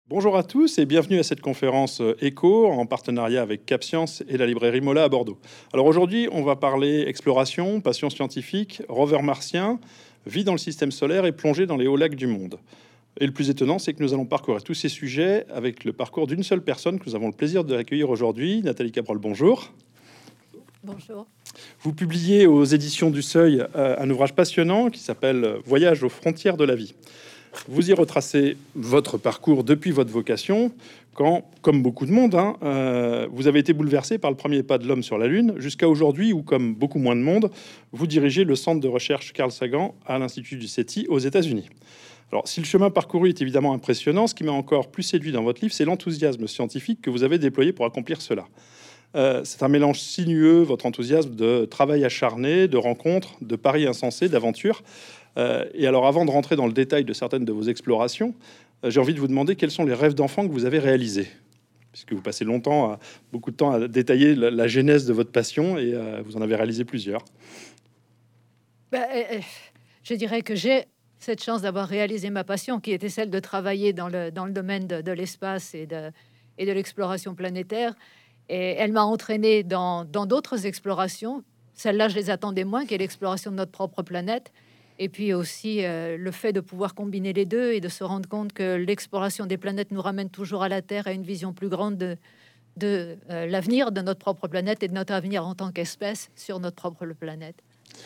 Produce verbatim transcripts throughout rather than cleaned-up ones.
Bonjour à tous et bienvenue à cette conférence Écho en partenariat avec CapScience et la librairie Mola à Bordeaux. Alors aujourd'hui, on va parler exploration, passion scientifique, rover martien, vie dans le système solaire et plongée dans les hauts lacs du monde. Et le plus étonnant, c'est que nous allons parcourir tous ces sujets avec le parcours d'une seule personne que nous avons le plaisir d'accueillir aujourd'hui. Nathalie Cabrol, bonjour. Bonjour. Vous publiez aux éditions du Seuil euh, un ouvrage passionnant qui s'appelle « Voyage aux frontières de la vie ». Vous y retracez votre parcours depuis votre vocation, quand, comme beaucoup de monde, hein, euh, vous avez été bouleversé par le premier pas de l'homme sur la Lune, jusqu'à aujourd'hui où, comme beaucoup moins de monde, vous dirigez le centre de recherche Carl Sagan à l'Institut du SETI aux États-Unis. Alors, si le chemin parcouru est évidemment impressionnant, ce qui m'a encore plus séduit dans votre livre, c'est l'enthousiasme scientifique que vous avez déployé pour accomplir cela. Euh, c'est un mélange sinueux, votre enthousiasme, de travail acharné, de rencontres, de paris insensés, d'aventures. Euh, et alors, avant de rentrer dans le détail de certaines de vos explorations, euh, j'ai envie de vous demander quels sont les rêves d'enfant que vous avez réalisés, puisque vous passez longtemps, à, beaucoup de temps à détailler la, la genèse de votre passion, et euh, vous en avez réalisé plusieurs. Ben, euh, je dirais que j'ai cette chance d'avoir réalisé ma passion, qui était celle de travailler dans le, dans le domaine de, de l'espace et de, et de l'exploration planétaire. Et elle m'a entraîné dans dans d'autres explorations. Celles-là, je les attendais moins, qui est l'exploration de notre propre planète. Et puis aussi euh, le fait de pouvoir combiner les deux et de se rendre compte que l'exploration des planètes nous ramène toujours à la Terre, à une vision plus grande de, de euh, l'avenir de notre propre planète et de notre avenir en tant qu'espèce sur notre propre planète.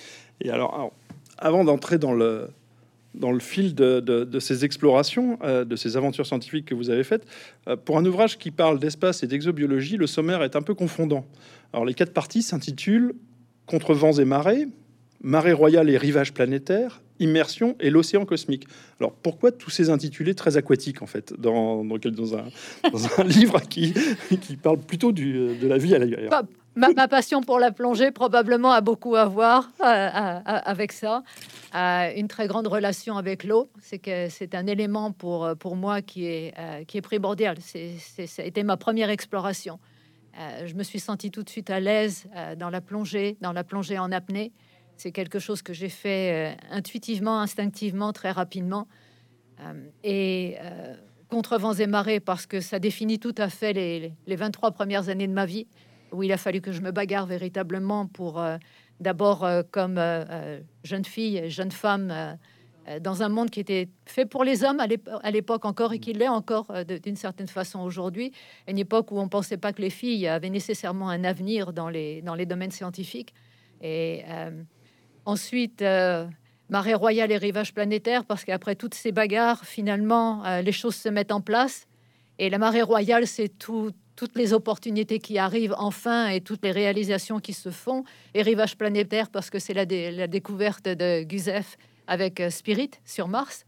Et alors, alors avant d'entrer dans le, dans le fil de, de, de ces explorations, euh, de ces aventures scientifiques que vous avez faites, euh, pour un ouvrage qui parle d'espace et d'exobiologie, le sommaire est un peu confondant. Alors, les quatre parties s'intitulent « Contre vents et marées », marée royale et rivage planétaire, immersion et l'océan cosmique. Alors pourquoi tous ces intitulés très aquatiques en fait dans, dans, dans, un, dans un livre qui, qui parle plutôt du, de la vie à l'ailleurs? Ma, ma passion pour la plongée probablement a beaucoup à voir euh, avec ça. Euh, une très grande relation avec l'eau, c'est que c'est un élément pour, pour moi qui est, euh, qui est primordial. C'est, c'est, ça a été ma première exploration. Euh, je me suis sentie tout de suite à l'aise euh, dans la plongée, dans la plongée en apnée. C'est quelque chose que j'ai fait euh, intuitivement, instinctivement, très rapidement. Euh, et euh, contre vents et marées, parce que ça définit tout à fait les, les vingt-trois premières années de ma vie, où il a fallu que je me bagarre véritablement pour, euh, d'abord, euh, comme euh, euh, jeune fille, jeune femme, euh, euh, dans un monde qui était fait pour les hommes à l'époque encore, et qui l'est encore euh, d'une certaine façon aujourd'hui. Une époque où on ne pensait pas que les filles avaient nécessairement un avenir dans les, dans les domaines scientifiques. Et... Euh, Ensuite, euh, marée royale et rivage planétaire, parce qu'après toutes ces bagarres, finalement, euh, les choses se mettent en place. Et la marée royale, c'est tout, toutes les opportunités qui arrivent enfin et toutes les réalisations qui se font. Et rivage planétaire, parce que c'est la, dé la découverte de Gusev avec euh, Spirit sur Mars.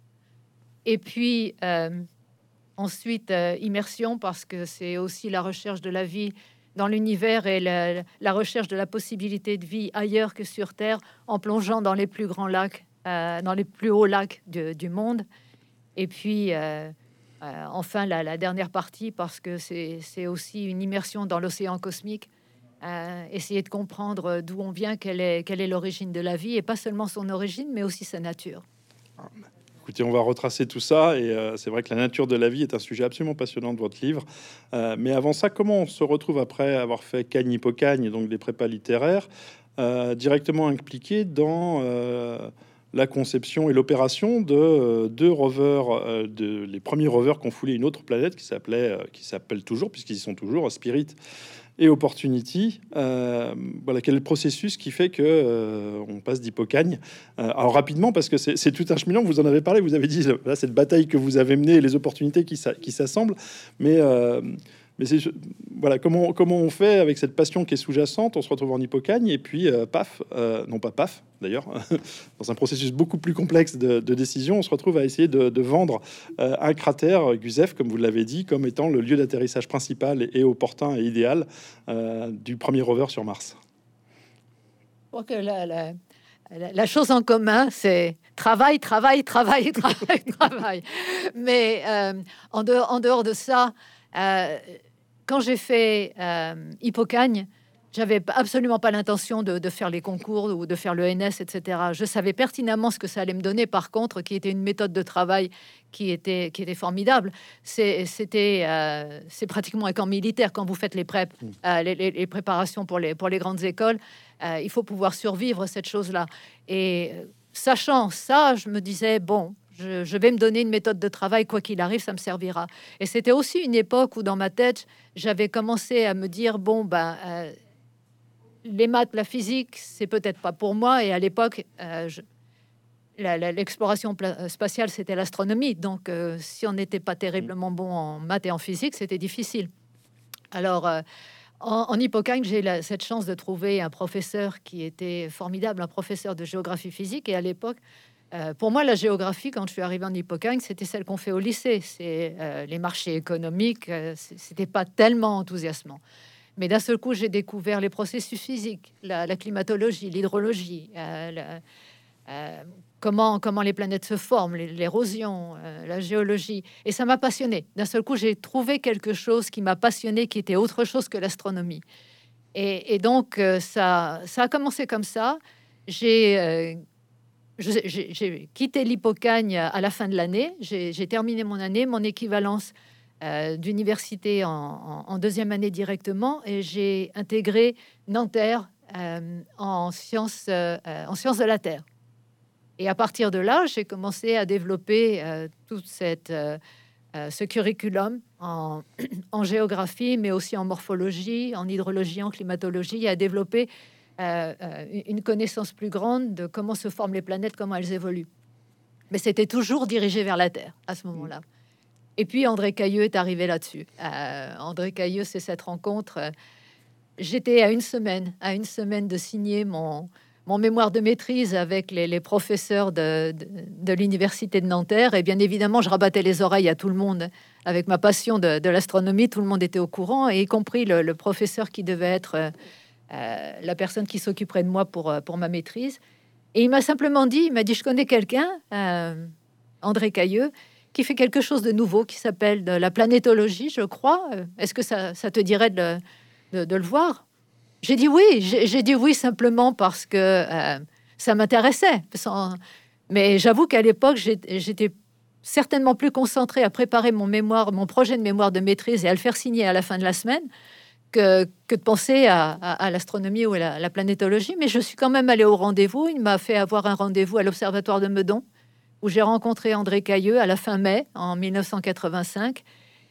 Et puis, euh, ensuite, euh, immersion, parce que c'est aussi la recherche de la vie dans l'univers et la, la recherche de la possibilité de vie ailleurs que sur Terre, en plongeant dans les plus grands lacs, euh, dans les plus hauts lacs de, du monde. Et puis, euh, euh, enfin, la, la dernière partie, parce que c'est aussi une immersion dans l'océan cosmique, euh, essayer de comprendre d'où on vient, quelle est, quelle est l'origine de la vie, et pas seulement son origine, mais aussi sa nature. Écoutez, on va retracer tout ça, et euh, c'est vrai que la nature de la vie est un sujet absolument passionnant de votre livre. Euh, mais avant ça, comment on se retrouve après avoir fait Cagne Hippocagne, donc des prépas littéraires, euh, directement impliqué dans euh, la conception et l'opération de euh, deux rovers, euh, de, les premiers rovers qui ont foulé une autre planète qui s'appelait, euh, qui s'appelle toujours, puisqu'ils y sont toujours, Spirit et Opportunity. Euh, voilà, quel est le processus qui fait que euh, on passe d'Hippocagne. Euh, alors rapidement, parce que c'est tout un cheminement, vous en avez parlé, vous avez dit, là, cette bataille que vous avez menée, les opportunités qui, qui s'assemblent, mais, euh, mais c'est, voilà, comment, comment on fait avec cette passion qui est sous-jacente, on se retrouve en Hippocagne, et puis euh, paf, euh, non pas paf, d'ailleurs, dans un processus beaucoup plus complexe de, de décision, on se retrouve à essayer de, de vendre euh, un cratère, Gusev, comme vous l'avez dit, comme étant le lieu d'atterrissage principal et, et opportun et idéal euh, du premier rover sur Mars. Pour que la, la, la, la chose en commun, c'est travail, travail, travail, travail, travail. Mais euh, en, dehors, en dehors de ça, euh, quand j'ai fait euh, Hippocagne, j'avais absolument pas l'intention de, de faire les concours ou de faire le N S, et cetera. Je savais pertinemment ce que ça allait me donner, par contre, qui était une méthode de travail qui était, qui était formidable. C'est, c'était, euh, c'est pratiquement un camp militaire quand vous faites les prép, euh, les, les, les préparations pour les, pour les grandes écoles. Euh, il faut pouvoir survivre cette chose-là. Et euh, sachant ça, je me disais, bon, je, je vais me donner une méthode de travail, quoi qu'il arrive, ça me servira. Et c'était aussi une époque où, dans ma tête, j'avais commencé à me dire, bon, ben... Euh, les maths, la physique, c'est peut-être pas pour moi. Et à l'époque, euh, je, la, la, l'exploration pla- spatiale, c'était l'astronomie. Donc, euh, si on n'était pas terriblement bon en maths et en physique, c'était difficile. Alors, euh, en, en Hippocagne, j'ai la, cette chance de trouver un professeur qui était formidable, un professeur de géographie physique. Et à l'époque, euh, pour moi, la géographie, quand je suis arrivée en Hippocagne, c'était celle qu'on fait au lycée. C'est euh, les marchés économiques. Euh, c'était pas tellement enthousiasmant. Mais d'un seul coup, j'ai découvert les processus physiques, la, la climatologie, l'hydrologie, euh, la, euh, comment, comment les planètes se forment, l'érosion, euh, la géologie. Et ça m'a passionné. D'un seul coup, j'ai trouvé quelque chose qui m'a passionné, qui était autre chose que l'astronomie. Et, et donc, euh, ça, ça a commencé comme ça. J'ai, euh, je- j'ai, j'ai quitté l'Hippocagne à la fin de l'année. J'ai, j'ai terminé mon année, mon équivalence euh, d'université en, en- en deuxième année directement, et j'ai intégré Nanterre euh, en sciences, euh, euh, en sciences de la Terre. Et à partir de là, j'ai commencé à développer euh, toute cette, euh, euh, ce curriculum en, en géographie, mais aussi en morphologie, en hydrologie, en climatologie, et à développer euh, euh, une connaissance plus grande de comment se forment les planètes, comment elles évoluent. Mais c'était toujours dirigé vers la Terre à ce moment-là. Et puis André Cailleux est arrivé là-dessus. Euh, André Cailleux, c'est cette rencontre. euh, J'étais à une semaine, à une semaine de signer mon, mon mémoire de maîtrise avec les, les professeurs de, de, de l'université de Nanterre. Et bien évidemment, je rabattais les oreilles à tout le monde avec ma passion de, de l'astronomie. Tout le monde était au courant, et y compris le, le professeur qui devait être euh, euh, la personne qui s'occuperait de moi pour, euh, pour ma maîtrise. Et il m'a simplement dit, il m'a dit, je connais quelqu'un, euh, André Cailleux, qui fait quelque chose de nouveau, qui s'appelle de la planétologie, je crois. Euh, Est-ce que ça, ça te dirait de le, de, de le voir? J'ai dit oui, j'ai j'ai dit oui simplement parce que euh, ça m'intéressait. Sans- Mais j'avoue qu'à l'époque, j'ai- j'étais certainement plus concentrée à préparer mon mémoire, mon projet de mémoire de maîtrise et à le faire signer à la fin de la semaine que, que de penser à, à- à l'astronomie ou à la, la planétologie. Mais je suis quand même allée au rendez-vous. Il m'a fait avoir un rendez-vous à l'Observatoire de Meudon, où j'ai rencontré André Cailleux à la fin mai en mille neuf cent quatre-vingt-cinq.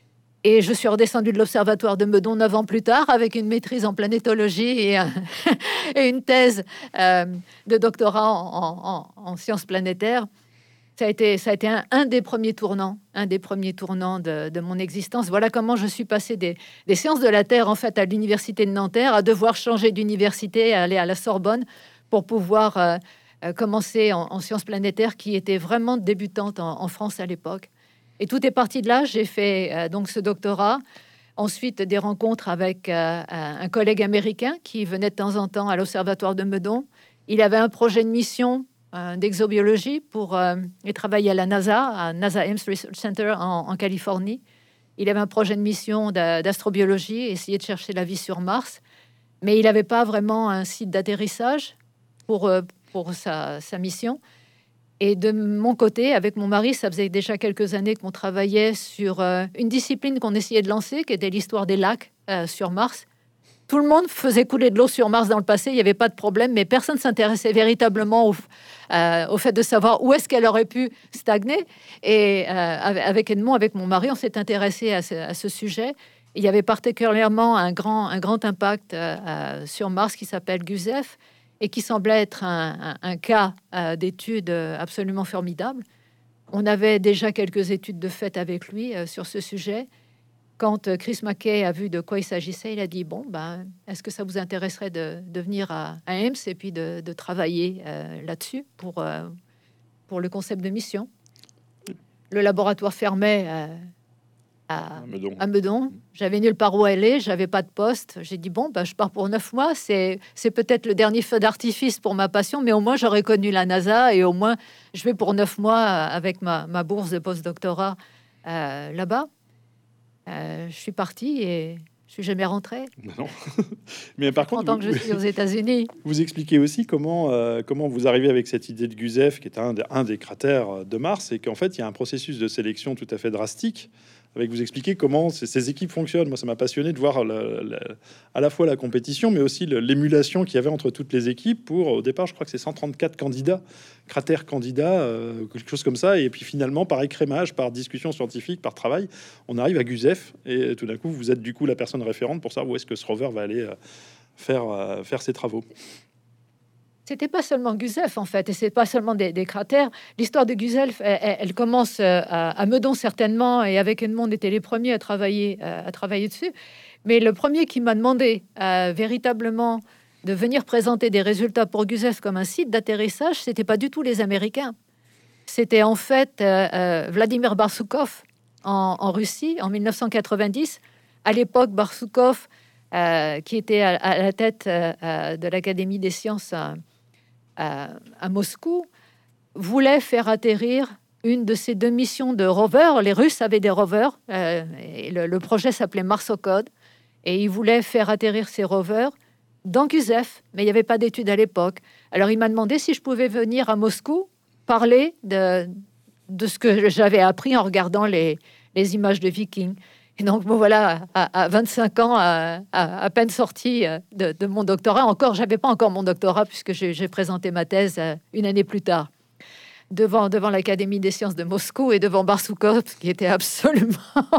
Et je suis redescendue de l'Observatoire de Meudon neuf ans plus tard avec une maîtrise en planétologie et, un- et une thèse euh, de doctorat en, en- en sciences planétaires. Ça a été, ça a été un, un des premiers tournants, un des premiers tournants de, de mon existence. Voilà comment je suis passée des, des sciences de la Terre, en fait, à l'université de Nanterre, à devoir changer d'université, à aller à la Sorbonne pour pouvoir euh, euh, commencer en, en sciences planétaires, qui était vraiment débutante en, en France à l'époque. Et tout est parti de là. J'ai fait euh, donc ce doctorat. Ensuite, des rencontres avec euh, un collègue américain qui venait de temps en temps à l'Observatoire de Meudon. Il avait un projet de mission euh, d'exobiologie pour euh, et travailler à la NASA, à NASA Ames Research Center en, en Californie. Il avait un projet de mission d'a- d'astrobiologie, essayer de chercher la vie sur Mars, mais il n'avait pas vraiment un site d'atterrissage pour, euh, pour sa, sa mission. Et de mon côté, avec mon mari, ça faisait déjà quelques années qu'on travaillait sur euh, une discipline qu'on essayait de lancer, qui était l'histoire des lacs euh, sur Mars. Tout le monde faisait couler de l'eau sur Mars dans le passé, il n'y avait pas de problème, mais personne ne s'intéressait véritablement au, euh, au fait de savoir où est-ce qu'elle aurait pu stagner. Et euh, avec Edmond, avec mon mari, on s'est intéressé à ce, à ce sujet. Il y avait particulièrement un grand, un grand impact euh, euh, sur Mars qui s'appelle GUSEF et qui semblait être un, un- un cas euh, d'étude absolument formidable. On avait déjà quelques études de fait avec lui euh, sur ce sujet. Quand euh, Chris Mackay a vu de quoi il s'agissait, il a dit, bon, ben, est-ce que ça vous intéresserait de, de venir à, à Ames et puis de, de travailler euh, là-dessus pour, euh, pour le concept de mission. Le laboratoire fermait euh, à, À Meudon. à Meudon. J'avais nulle part où aller, j'avais pas de poste. J'ai dit, bon, ben, je pars pour neuf mois. C'est, c'est peut-être le dernier feu d'artifice pour ma passion, mais au moins j'aurais connu la NASA et au moins je vais pour neuf mois avec ma, ma bourse de postdoctorat euh, là-bas. Euh, je suis partie et Je suis jamais rentré. Non. Mais par contre, tant que je suis aux États-Unis. Vous expliquez aussi comment, euh, comment vous arrivez avec cette idée de Gusev, qui est un, des- un des cratères de Mars, et qu'en fait, il y a un processus de sélection tout à fait drastique. Avec vous expliquer comment ces, ces équipes fonctionnent. Moi, ça m'a passionné de voir le- le- à la fois la compétition, mais aussi le- l'émulation qu'il y avait entre toutes les équipes. Pour, au départ, je crois que c'est cent trente-quatre candidats, cratères candidats, euh, quelque chose comme ça. Et puis finalement, par écrémage, par discussion scientifique, par travail, on arrive à Gusev. Et tout d'un coup, vous êtes du coup la personne référente pour savoir où est-ce que ce rover va aller euh, faire, euh, faire ses travaux. C'était pas seulement Gusev en fait, et c'est pas seulement des, des cratères. L'histoire de Gusev, elle, elle- elle commence euh, à, à Meudon certainement, et avec Edmond, on était les premiers à travailler, euh, à travailler dessus. Mais le premier qui m'a demandé euh, véritablement de venir présenter des résultats pour Gusev comme un site d'atterrissage, c'était pas du tout les Américains. C'était en fait euh, euh, Vladimir Barsoukov en, en Russie en mille neuf cent quatre-vingt-dix. À l'époque, Barsoukov, euh, qui était à, à la tête euh, euh, de l'Académie des sciences à, à- à Moscou, voulait faire atterrir une de ces deux missions de rovers. Les Russes avaient des rovers, euh, et le, le projet s'appelait Marsocode, et ils voulaient faire atterrir ces rovers dans Gusev, mais il n'y avait pas d'études à l'époque. Alors il m'a demandé si je pouvais venir à Moscou parler de, de ce que j'avais appris en regardant les, les images de Vikings. Et donc, bon, voilà, à, à vingt-cinq ans, à, à- à peine sorti euh, de, de mon doctorat, encore, j'avais pas encore mon doctorat puisque j'ai j'ai présenté ma thèse euh, une année plus tard devant, devant l'Académie des sciences de Moscou et devant Barsoukov, qui était absolument...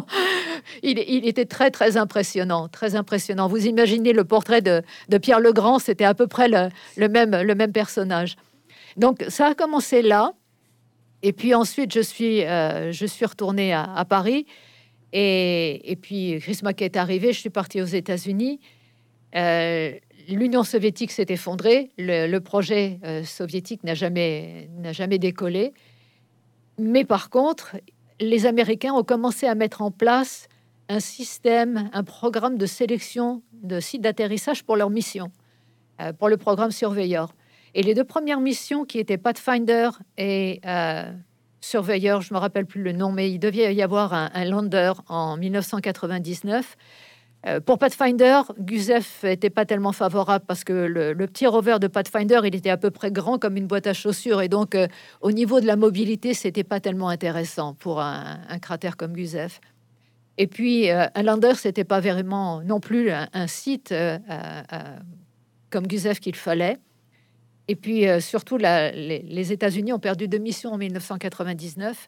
il, il était très, très impressionnant, très impressionnant. Vous imaginez le portrait de, de Pierre Legrand, c'était à peu près le, le même, le même personnage. Donc, ça a commencé là. Et puis ensuite, je suis, euh, je suis retournée à, à Paris. Et, et puis, Chris Mackay est arrivé. Je suis partie aux États-Unis. Euh, L'Union soviétique s'est effondrée. Le, le projet euh, soviétique n'a jamais, n'a jamais décollé. Mais par contre, les Américains ont commencé à mettre en place un système, un programme de sélection de sites d'atterrissage pour leur mission, euh, pour le programme Surveyor. Et les deux premières missions qui étaient Pathfinder et euh, Surveyor, je me rappelle plus le nom, mais il devait y avoir un, un lander en mille neuf cent quatre-vingt-dix-neuf. Euh, pour Pathfinder, Gusev était pas tellement favorable parce que le, le petit rover de Pathfinder, il était à peu près grand comme une boîte à chaussures, et donc euh, au niveau de la mobilité, c'était pas tellement intéressant pour un, un cratère comme Gusev. Et puis euh, un lander, c'était pas vraiment non plus un, un site euh, euh, euh, comme Gusev qu'il fallait. Et puis euh, surtout, la- les, les États-Unis ont perdu deux missions en mille neuf cent quatre-vingt-dix-neuf.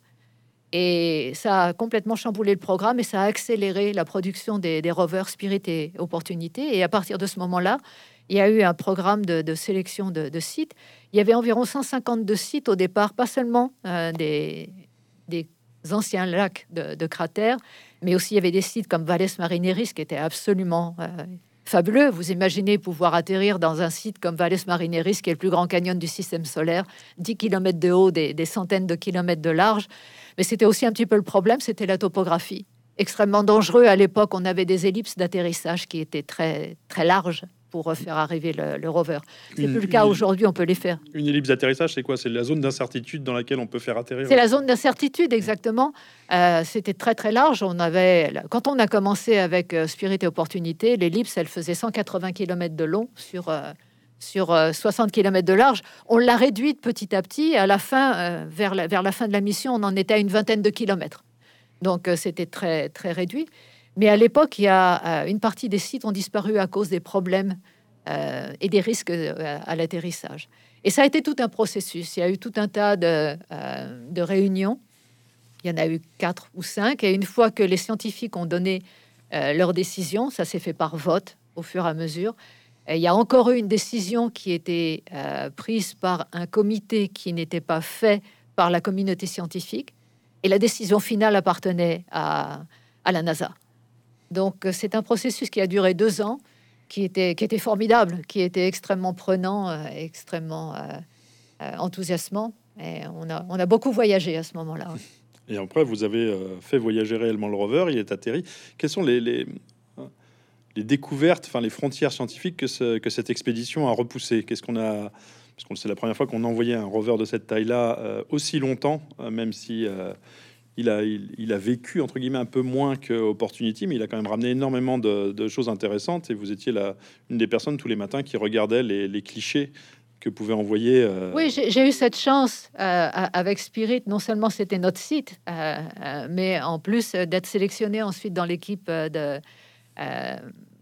Et ça a complètement chamboulé le programme, et ça a accéléré la production des, des rovers Spirit et Opportunité. Et à partir de ce moment-là, il y a eu un programme de, de sélection de, de sites. Il y avait environ cent cinquante-deux sites au départ, pas seulement euh, des, des anciens lacs de, de cratères, mais aussi il y avait des sites comme Valles Marineris qui étaient absolument euh, fabuleux. Vous imaginez pouvoir atterrir dans un site comme Valles Marineris, qui est le plus grand canyon du système solaire, dix kilomètres de haut, des, des centaines de kilomètres de large. Mais c'était aussi un petit peu le problème, c'était la topographie. Extrêmement dangereux. À l'époque, on avait des ellipses d'atterrissage qui étaient très, très larges pour faire arriver le, le rover. C'est Une- plus le cas une- aujourd'hui, on peut les faire. Une ellipse d'atterrissage, c'est quoi? C'est la zone d'incertitude dans laquelle on peut faire atterrir. C'est la zone d'incertitude, exactement. Euh, c'était très, très large. On avait, quand on a commencé avec euh, Spirit et Opportunité, l'ellipse, elle faisait cent quatre-vingts kilomètres de long sur... euh, sur euh, soixante kilomètres de large. On l'a réduite petit à petit. À la fin, euh, vers, la, vers la fin de la mission, on en était à une vingtaine de kilomètres. Donc, euh, c'était très, très réduit. Mais à l'époque, il y a euh, une partie des sites ont disparu à cause des problèmes euh, et des risques euh, à l'atterrissage. Et ça a été tout un processus. Il y a eu tout un tas de, euh, de réunions. Il y en a eu quatre ou cinq. Et une fois que les scientifiques ont donné euh, leur décision, ça s'est fait par vote au fur et à mesure. Et il y a encore eu une décision qui était euh, prise par un comité qui n'était pas fait par la communauté scientifique. Et la décision finale appartenait à, à la NASA. Donc, euh, c'est un processus qui a duré deux ans, qui était, qui était formidable, qui était extrêmement prenant, euh, extrêmement euh, euh, enthousiasmant. Et on a, on a beaucoup voyagé à ce moment-là. Ouais. Et après, vous avez euh, fait voyager réellement le rover, il est atterri. Quelles sont les, les, les découvertes, enfin les frontières scientifiques que, ce, que cette expédition a repoussées? Qu'est-ce qu'on a... Parce que c'est la première fois qu'on envoyait un rover de cette taille-là euh, aussi longtemps, euh, même si... Euh, il a, il, il a vécu entre guillemets un peu moins que Opportunity, mais il a quand même ramené énormément de, de choses intéressantes. Et vous étiez la, une des personnes tous les matins qui regardait les, les clichés que pouvait envoyer. Euh... Oui, j'ai, j'ai eu cette chance euh, avec Spirit. Non seulement c'était notre site, euh, euh, mais en plus euh, d'être sélectionné ensuite dans l'équipe euh, de, euh,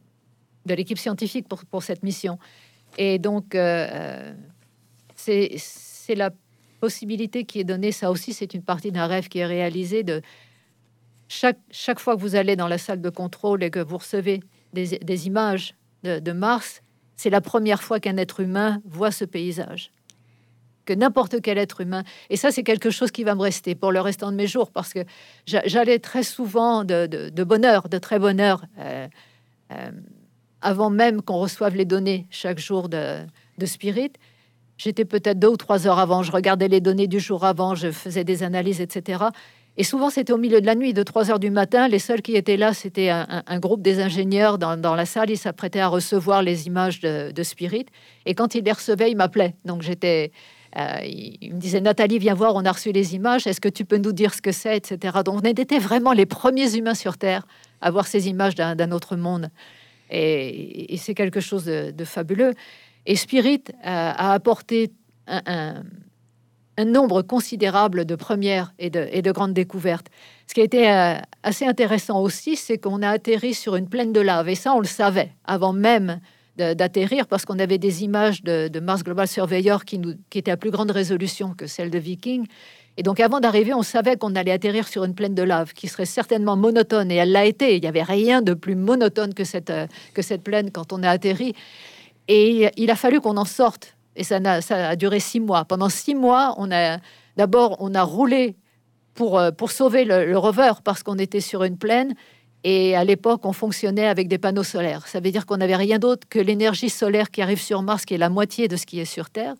de l'équipe scientifique pour, pour cette mission. Et donc, euh, c'est, c'est la possibilité qui est donnée. Ça aussi, c'est une partie d'un rêve qui est réalisé. De chaque, chaque fois que vous allez dans la salle de contrôle et que vous recevez des, des images de, de Mars, c'est la première fois qu'un être humain voit ce paysage, que n'importe quel être humain. Et ça, c'est quelque chose qui va me rester pour le restant de mes jours, parce que j'allais très souvent de, de, de bonne heure, de très bonne heure, euh, euh, avant même qu'on reçoive les données chaque jour de, de Spirit. J'étais peut-être deux ou trois heures avant, je regardais les données du jour avant, je faisais des analyses, et cetera. Et souvent, c'était au milieu de la nuit, de trois heures du matin. Les seuls qui étaient là, c'était un, un, un groupe des ingénieurs dans, dans la salle. Ils s'apprêtaient à recevoir les images de, de Spirit. Et quand ils les recevaient, ils m'appelaient. Donc, j'étais... Euh, il, il me disait, Nathalie, viens voir, on a reçu les images. Est-ce que tu peux nous dire ce que c'est, et cetera. Donc, on était vraiment les premiers humains sur Terre à voir ces images d'un, d'un autre monde. Et, et c'est quelque chose de, de fabuleux. Et Spirit euh, a apporté un... un un nombre considérable de premières et de, et de grandes découvertes. Ce qui a été euh, assez intéressant aussi, c'est qu'on a atterri sur une plaine de lave. Et ça, on le savait avant même de, d'atterrir, parce qu'on avait des images de, de Mars Global Surveyor qui, nous, qui étaient à plus grande résolution que celle de Viking. Et donc, avant d'arriver, on savait qu'on allait atterrir sur une plaine de lave qui serait certainement monotone. Et elle l'a été. Il n'y avait rien de plus monotone que cette, euh, que cette plaine quand on a atterri. Et il a fallu qu'on en sorte. Et ça, n'a, ça a duré six mois. Pendant six mois, on a d'abord on a roulé pour, pour sauver le, le rover, parce qu'on était sur une plaine. Et à l'époque, on fonctionnait avec des panneaux solaires. Ça veut dire qu'on n'avait rien d'autre que l'énergie solaire qui arrive sur Mars, qui est la moitié de ce qui est sur Terre.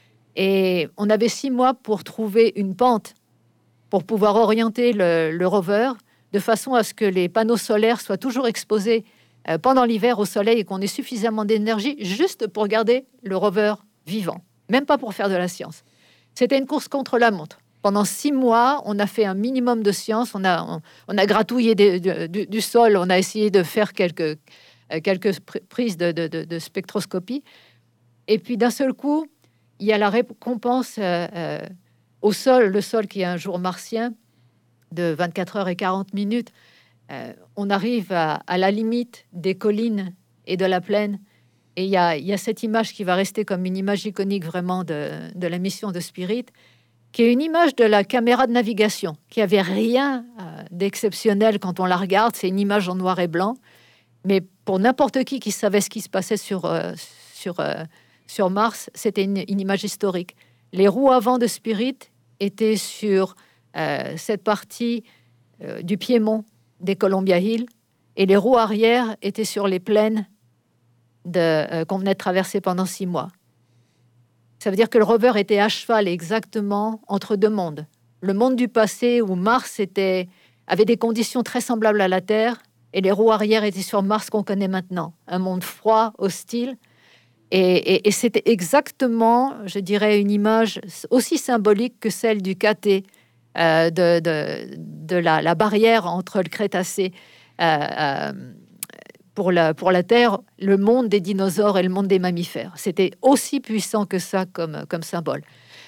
Et on avait six mois pour trouver une pente, pour pouvoir orienter le, le rover de façon à ce que les panneaux solaires soient toujours exposés euh, pendant l'hiver au soleil, et qu'on ait suffisamment d'énergie juste pour garder le rover vivant, même pas pour faire de la science. C'était une course contre la montre. Pendant six mois, on a fait un minimum de science, on a, on, on a gratouillé des, de, du, du sol, on a essayé de faire quelques, euh, quelques prises de, de, de, de spectroscopie. Et puis d'un seul coup, il y a la récompense euh, euh, au sol, le sol qui est un jour martien de vingt-quatre heures et quarante minutes. Euh, on arrive à, à la limite des collines et de la plaine. Et il y a, y a cette image qui va rester comme une image iconique vraiment de, de la mission de Spirit, qui est une image de la caméra de navigation, qui avait rien euh, d'exceptionnel quand on la regarde. C'est une image en noir et blanc. Mais pour n'importe qui qui savait ce qui se passait sur, euh, sur, euh, sur Mars, c'était une, une image historique. Les roues avant de Spirit étaient sur euh, cette partie euh, du Piémont des Columbia Hills, et les roues arrière étaient sur les plaines de, euh, qu'on venait de traverser pendant six mois. Ça veut dire que le rover était à cheval exactement entre deux mondes. Le monde du passé, où Mars était, avait des conditions très semblables à la Terre, et les roues arrière étaient sur Mars qu'on connaît maintenant. Un monde froid, hostile. Et, et, et c'était exactement, je dirais, une image aussi symbolique que celle du K T, euh, de, de, de la, la barrière entre le Crétacé euh, euh, pour la, pour la Terre, le monde des dinosaures et le monde des mammifères. C'était aussi puissant que ça comme, comme symbole.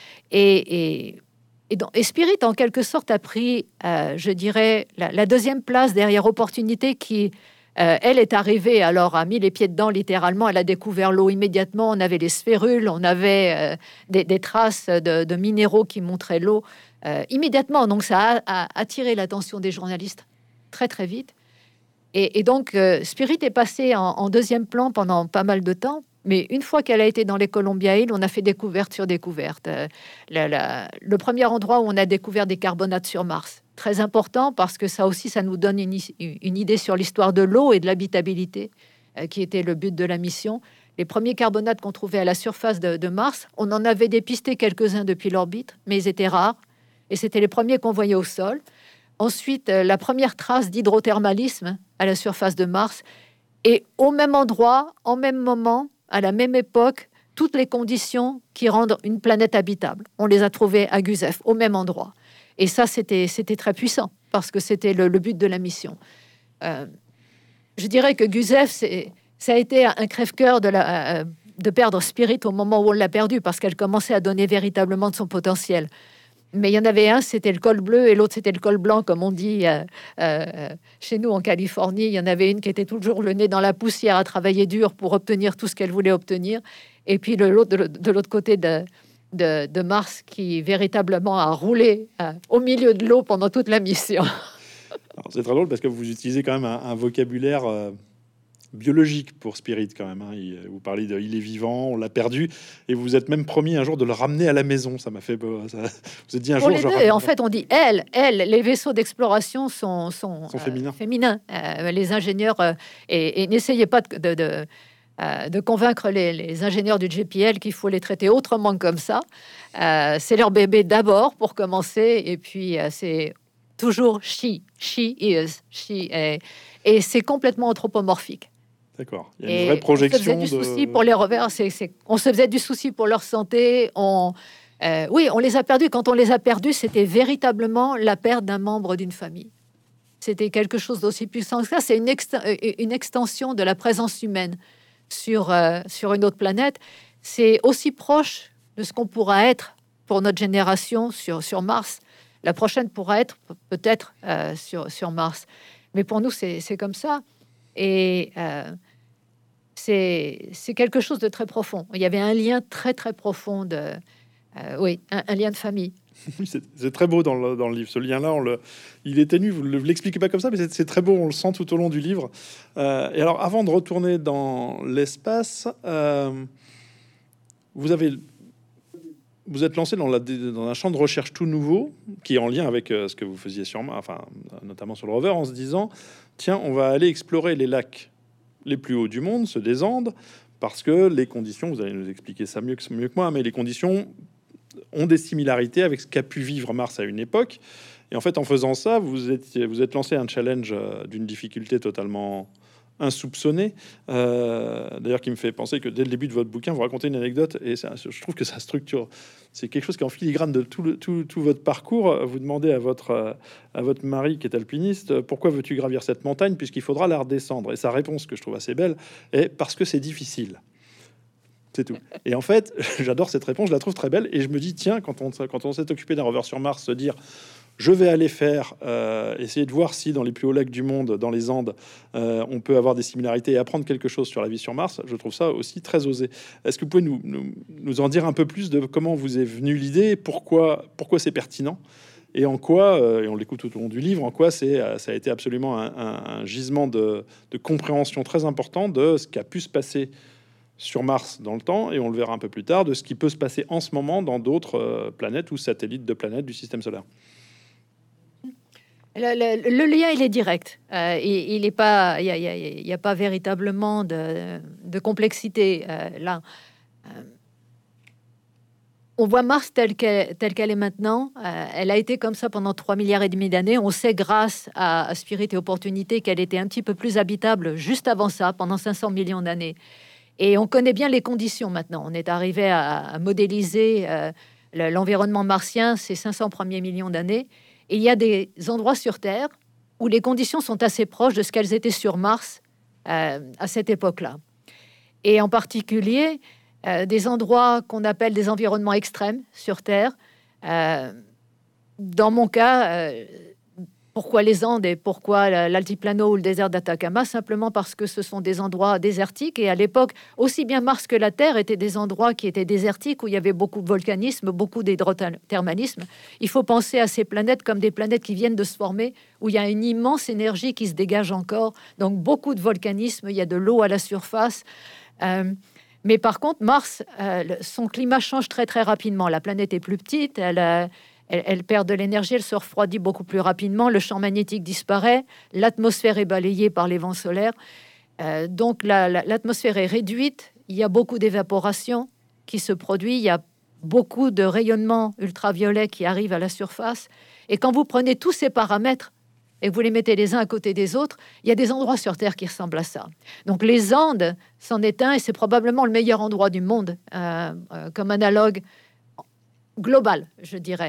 Et, et, et, donc, et Spirit, en quelque sorte, a pris, euh, je dirais, la, la deuxième place derrière Opportunité, qui, euh, elle, est arrivée, alors a mis les pieds dedans, littéralement. Elle a découvert l'eau immédiatement. On avait les sphérules, on avait euh, des, des traces de, de minéraux qui montraient l'eau euh, immédiatement. Donc, ça a, a attiré l'attention des journalistes très, très vite. Et, et donc, euh, Spirit est passé en, en deuxième plan pendant pas mal de temps. Mais une fois qu'elle a été dans les Columbia Hills, on a fait découverte sur découverte. Euh, la, la, le premier endroit où on a découvert des carbonates sur Mars, très important parce que ça aussi, ça nous donne une, une idée sur l'histoire de l'eau et de l'habitabilité, euh, qui était le but de la mission. Les premiers carbonates qu'on trouvait à la surface de, de Mars, on en avait dépisté quelques-uns depuis l'orbite, mais ils étaient rares. Et c'était les premiers qu'on voyait au sol. Ensuite, euh, la première trace d'hydrothermalisme à la surface de Mars. Et au même endroit, en même moment, à la même époque, toutes les conditions qui rendent une planète habitable. On les a trouvées à Gusev, au même endroit. Et ça, c'était, c'était très puissant, parce que c'était le, le but de la mission. Euh, je dirais que Gusev, c'est, ça a été un crève-cœur de, la, euh, de perdre Spirit au moment où on l'a perdu, parce qu'elle commençait à donner véritablement de son potentiel. Mais il y en avait un, c'était le col bleu, et l'autre, c'était le col blanc, comme on dit euh, euh, chez nous en Californie. Il y en avait une qui était toujours le nez dans la poussière, à travailler dur pour obtenir tout ce qu'elle voulait obtenir. Et puis de l'autre, de, de l'autre côté de, de, de Mars, qui véritablement a roulé euh, au milieu de l'eau pendant toute la mission. Alors, c'est très drôle parce que vous utilisez quand même un, un vocabulaire euh, biologique pour Spirit quand même. Hein. Il, vous parlez de il est vivant, on l'a perdu, et vous vous êtes même promis un jour de le ramener à la maison. Ça m'a fait ça, vous êtes dit un pour jour. Les je deux, ramène... en fait, on dit elle, elle. Les vaisseaux d'exploration sont, sont, sont euh, féminins. féminins. Euh, les ingénieurs euh, et, et n'essayez pas de, de, de, euh, de convaincre les, les ingénieurs du J P L qu'il faut les traiter autrement que comme ça. Euh, c'est leur bébé d'abord pour commencer, et puis euh, c'est toujours she, she is, she est, et c'est complètement anthropomorphique. D'accord. Il y a une vraie projection. On se faisait du de... souci pour les revers. C'est, c'est, on se faisait du souci pour leur santé. On, euh, oui, on les a perdus. Quand on les a perdus, c'était véritablement la perte d'un membre d'une famille. C'était quelque chose d'aussi puissant que ça. C'est une, ext- une extension de la présence humaine sur, euh, sur une autre planète. C'est aussi proche de ce qu'on pourra être pour notre génération sur, sur Mars. La prochaine pourra être peut-être euh, sur, sur Mars. Mais pour nous, c'est, c'est comme ça. Et euh, c'est, c'est quelque chose de très profond. Il y avait un lien très, très profond de... Euh, oui, un, un lien de famille. c'est, c'est très beau dans le, dans le livre. Ce lien-là, on le, il est ténu. Vous ne l'expliquez pas comme ça, mais c'est, c'est très beau. On le sent tout au long du livre. Euh, et alors, avant de retourner dans l'espace, euh, vous avez... Vous êtes lancé dans, la, dans un champ de recherche tout nouveau, qui est en lien avec euh, ce que vous faisiez sur Mars, enfin, notamment sur le rover, en se disant, tiens, on va aller explorer les lacs les plus hauts du monde, ceux des Andes, parce que les conditions, vous allez nous expliquer ça mieux que, mieux que moi, mais les conditions ont des similarités avec ce qu'a pu vivre Mars à une époque. Et en fait, en faisant ça, vous êtes, vous êtes lancé un challenge d'une difficulté totalement insoupçonné, euh, d'ailleurs qui me fait penser que dès le début de votre bouquin, vous racontez une anecdote, et ça, je trouve que ça structure, c'est quelque chose qui est en filigrane de tout, le, tout, tout votre parcours. Vous demandez à votre, à votre mari qui est alpiniste, pourquoi veux-tu gravir cette montagne puisqu'il faudra la redescendre, et sa réponse, que je trouve assez belle, est parce que c'est difficile. C'est tout. Et en fait, j'adore cette réponse, je la trouve très belle, et je me dis, tiens, quand on, quand on s'est occupé d'un rover sur Mars, se dire je vais aller faire, euh, essayer de voir si dans les plus hauts lacs du monde, dans les Andes, euh, on peut avoir des similarités et apprendre quelque chose sur la vie sur Mars. Je trouve ça aussi très osé. Est-ce que vous pouvez nous, nous, nous en dire un peu plus de comment vous est venue l'idée, pourquoi, pourquoi c'est pertinent, et en quoi, euh, et on l'écoute tout au long du livre, en quoi c'est, ça a été absolument un, un, un gisement de, de compréhension très important de ce qui a pu se passer sur Mars dans le temps, et on le verra un peu plus tard, de ce qui peut se passer en ce moment dans d'autres euh, planètes ou satellites de planètes du système solaire. Le, le, le lien, il est direct. Euh, il n'est pas, il n'y a, a, a pas véritablement de, de complexité euh, là. Euh, on voit Mars telle qu'elle, telle qu'elle est maintenant. Euh, elle a été comme ça pendant trois milliards et demi d'années. On sait, grâce à, à Spirit et Opportunité, qu'elle était un petit peu plus habitable juste avant ça, pendant cinq cents millions d'années. Et on connaît bien les conditions maintenant. On est arrivé à, à modéliser euh, l'environnement martien ces cinq cents premiers millions d'années. Et il y a des endroits sur Terre où les conditions sont assez proches de ce qu'elles étaient sur Mars euh, à cette époque-là. Et en particulier, euh, des endroits qu'on appelle des environnements extrêmes sur Terre. Euh, dans mon cas, euh, pourquoi les Andes et pourquoi l'altiplano ou le désert d'Atacama? Simplement parce que ce sont des endroits désertiques, et à l'époque, aussi bien Mars que la Terre étaient des endroits qui étaient désertiques, où il y avait beaucoup de volcanisme, beaucoup d'hydrothermalisme. Il faut penser à ces planètes comme des planètes qui viennent de se former, où il y a une immense énergie qui se dégage encore, donc beaucoup de volcanisme, il y a de l'eau à la surface. Euh, mais par contre, Mars, euh, son climat change très très rapidement. La planète est plus petite, elle a... Elle, elle perd de l'énergie, elle se refroidit beaucoup plus rapidement, le champ magnétique disparaît, l'atmosphère est balayée par les vents solaires. Euh, donc la, la, l'atmosphère est réduite, il y a beaucoup d'évaporation qui se produit, il y a beaucoup de rayonnement ultraviolet qui arrive à la surface. Et quand vous prenez tous ces paramètres et vous les mettez les uns à côté des autres, il y a des endroits sur Terre qui ressemblent à ça. Donc les Andes c'en est un, et c'est probablement le meilleur endroit du monde euh, euh, comme analogue global, je dirais.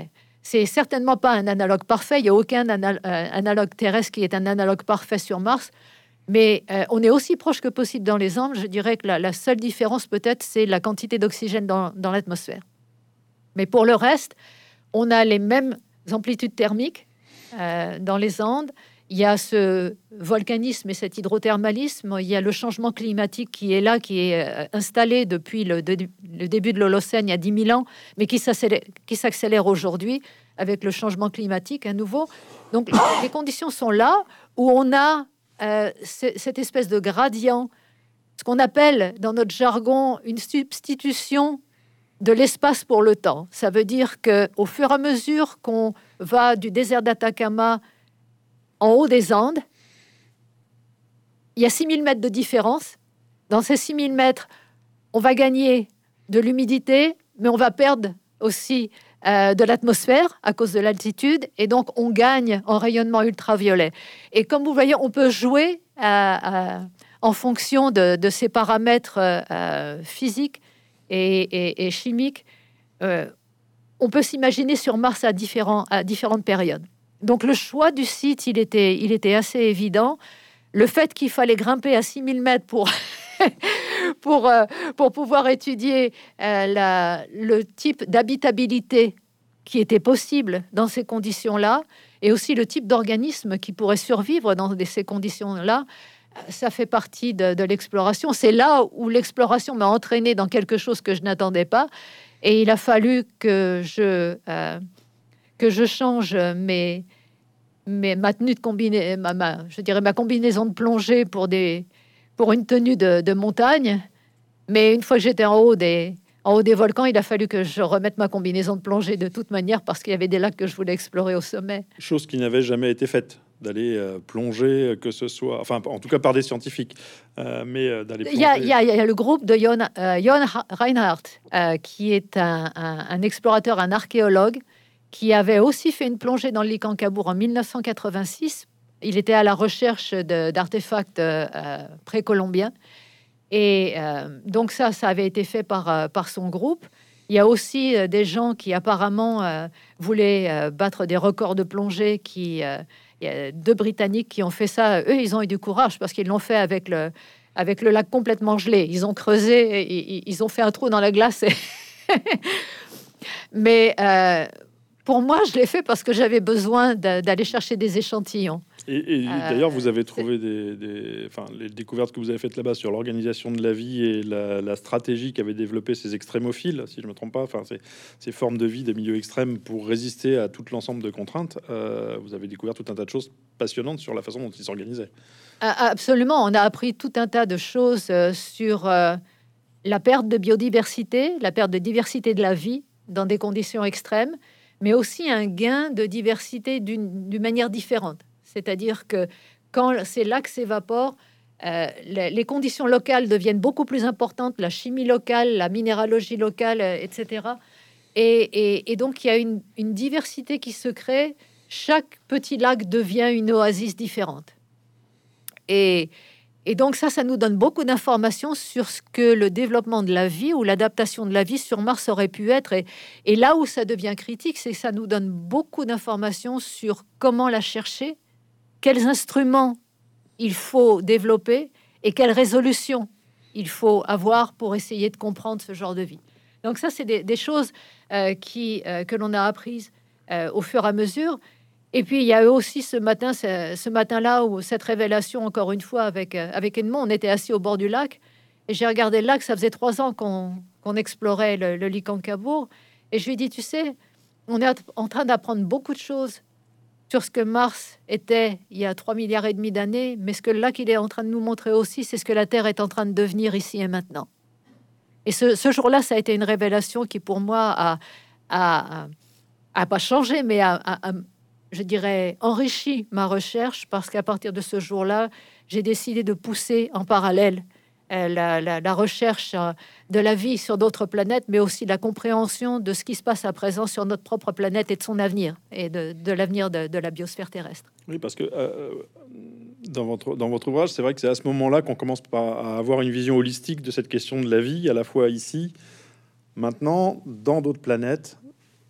c'est certainement pas un analogue parfait. Il n'y a aucun anal- euh, analogue terrestre qui est un analogue parfait sur Mars. Mais euh, on est aussi proche que possible dans les angles. Je dirais que la, la seule différence, peut-être, c'est la quantité d'oxygène dans, dans l'atmosphère. Mais pour le reste, on a les mêmes amplitudes thermiques euh, dans les Andes. Il y a ce volcanisme et cet hydrothermalisme. Il y a le changement climatique qui est là, qui est euh, installé depuis le, de, le début de l'Holocène, il y a dix mille ans, mais qui s'accélère, qui s'accélère aujourd'hui avec le changement climatique à nouveau. Donc, les conditions sont là où on a euh, c- cette espèce de gradient, ce qu'on appelle dans notre jargon une substitution de l'espace pour le temps. Ça veut dire que au fur et à mesure qu'on va du désert d'Atacama en haut des Andes, il y a six mille mètres de différence. Dans ces six mille mètres, on va gagner de l'humidité, mais on va perdre aussi euh, de l'atmosphère à cause de l'altitude, et donc on gagne en rayonnement ultraviolet. Et comme vous voyez, on peut jouer à, à, en fonction de, de ces paramètres euh, physiques et, et, et chimiques. Euh, on peut s'imaginer sur Mars à, différents, à différentes périodes. Donc le choix du site, il était, il était assez évident. Le fait qu'il fallait grimper à six mille mètres pour, pour, euh, pour pouvoir étudier euh, la, le type d'habitabilité qui était possible dans ces conditions-là, et aussi le type d'organisme qui pourrait survivre dans ces conditions-là, ça fait partie de, de l'exploration. C'est là où l'exploration m'a entraîné dans quelque chose que je n'attendais pas, et il a fallu que je, euh, que je change mes... mais ma tenue de combinaison, ma, ma, je dirais ma combinaison de plongée pour, des, pour une tenue de, de montagne. Mais une fois que j'étais en haut, des, en haut des volcans, il a fallu que je remette ma combinaison de plongée de toute manière parce qu'il y avait des lacs que je voulais explorer au sommet. Chose qui n'avait jamais été faite, d'aller euh, plonger, que ce soit, enfin en tout cas par des scientifiques, euh, mais euh, d'aller plonger. Il y, a, il, y a, il y a le groupe de Jon, euh, Jon Reinhardt, euh, qui est un, un, un explorateur, un archéologue, qui avait aussi fait une plongée dans le Licancabour en mille neuf cent quatre-vingt-six. Il était à la recherche de, d'artefacts euh, précolombiens. Et euh, donc ça, ça avait été fait par, euh, par son groupe. Il y a aussi euh, des gens qui apparemment euh, voulaient euh, battre des records de plongée. Qui, euh, il y a deux Britanniques qui ont fait ça. Eux, ils ont eu du courage parce qu'ils l'ont fait avec le, avec le lac complètement gelé. Ils ont creusé, et, ils ont fait un trou dans la glace. Et mais... Euh, pour moi, je l'ai fait parce que j'avais besoin de, d'aller chercher des échantillons. Et, et euh, d'ailleurs, vous avez trouvé des, des, enfin, les découvertes que vous avez faites là-bas sur l'organisation de la vie et la, la stratégie qu'avaient développé ces extrémophiles, si je me trompe pas, enfin, ces, ces formes de vie des milieux extrêmes pour résister à tout l'ensemble de contraintes. Euh, vous avez découvert tout un tas de choses passionnantes sur la façon dont ils s'organisaient. Absolument, on a appris tout un tas de choses euh, sur euh, la perte de biodiversité, la perte de diversité de la vie dans des conditions extrêmes, mais aussi un gain de diversité d'une, d'une manière différente. C'est-à-dire que quand ces lacs s'évaporent, euh, les, les conditions locales deviennent beaucoup plus importantes, la chimie locale, la minéralogie locale, euh, et cetera. Et, et, et donc, il y a une, une diversité qui se crée. Chaque petit lac devient une oasis différente. Et... Et donc ça, ça nous donne beaucoup d'informations sur ce que le développement de la vie ou l'adaptation de la vie sur Mars aurait pu être. Et, et là où ça devient critique, c'est que ça nous donne beaucoup d'informations sur comment la chercher, quels instruments il faut développer et quelle résolution il faut avoir pour essayer de comprendre ce genre de vie. Donc ça, c'est des, des choses euh, qui, euh, que l'on a apprises euh, au fur et à mesure. Et puis, il y a eu aussi ce matin, ce, ce matin-là, où cette révélation, encore une fois, avec, euh, avec Edmond, on était assis au bord du lac, et j'ai regardé le lac, ça faisait trois ans qu'on, qu'on explorait le, le Licancabour, et je lui ai dit, tu sais, on est en train d'apprendre beaucoup de choses sur ce que Mars était il y a trois milliards et demi d'années, mais ce que le lac, il est en train de nous montrer aussi, c'est ce que la Terre est en train de devenir ici et maintenant. Et ce, ce jour-là, ça a été une révélation qui, pour moi, a, a, a, a pas changé, mais a... a, a je dirais, enrichi ma recherche, parce qu'à partir de ce jour-là, j'ai décidé de pousser en parallèle euh, la, la, la recherche euh, de la vie sur d'autres planètes, mais aussi la compréhension de ce qui se passe à présent sur notre propre planète et de son avenir, et de, de l'avenir de, de la biosphère terrestre. Oui, parce que euh, dans, votre, dans votre ouvrage, c'est vrai que c'est à ce moment-là qu'on commence par, à avoir une vision holistique de cette question de la vie, à la fois ici, maintenant, dans d'autres planètes,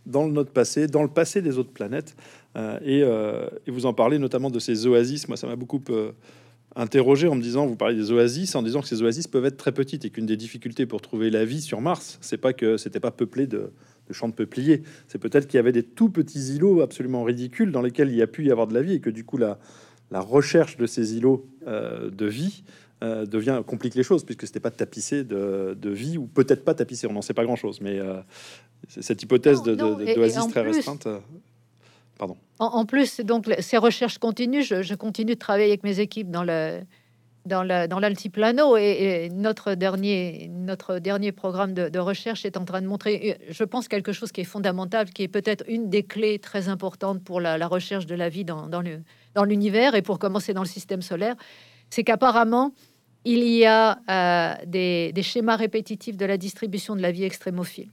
dans notre passé, dans le passé des autres planètes. Euh, et, euh, et vous en parlez notamment de ces oasis. Moi, ça m'a beaucoup euh, interrogé en me disant, vous parlez des oasis, en disant que ces oasis peuvent être très petites et qu'une des difficultés pour trouver la vie sur Mars, c'est pas que c'était pas peuplé de, de champs de peupliers, c'est peut-être qu'il y avait des tout petits îlots absolument ridicules dans lesquels il y a pu y avoir de la vie et que du coup la, la recherche de ces îlots euh, de vie euh, devient complique les choses puisque c'était pas tapissé de, de vie ou peut-être pas tapissé, on n'en sait pas grand-chose, mais euh, cette hypothèse Non, de, non, de, et- d'oasis et en très plus- restreinte. euh, Pardon. En, en plus, donc le- ces recherches continuent. Je, je continue de travailler avec mes équipes dans le dans le- dans l'altiplano et, et notre dernier notre dernier programme de, de recherche est en train de montrer, euh, je pense, quelque chose qui est fondamental, qui est peut-être une des clés très importantes pour la, la recherche de la vie dans, dans le dans l'univers et pour commencer dans le système solaire, c'est qu'apparemment il y a euh, des, des schémas répétitifs de la distribution de la vie extrémophile.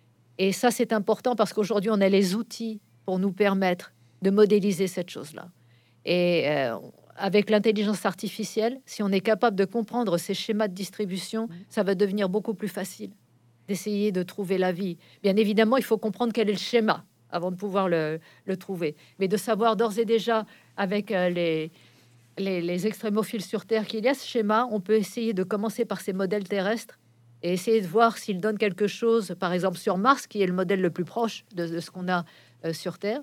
Et ça, c'est important parce qu'aujourd'hui, on a les outils pour nous permettre de modéliser cette chose-là. Et euh, avec l'intelligence artificielle, si on est capable de comprendre ces schémas de distribution, ça va devenir beaucoup plus facile d'essayer de trouver la vie. Bien évidemment, il faut comprendre quel est le schéma avant de pouvoir le, le trouver. Mais de savoir d'ores et déjà, avec euh, les, les, les extrémophiles sur Terre, qu'il y a ce schéma, on peut essayer de commencer par ces modèles terrestres et essayer de voir s'ils donnent quelque chose, par exemple sur Mars, qui est le modèle le plus proche de, de ce qu'on a euh, sur Terre,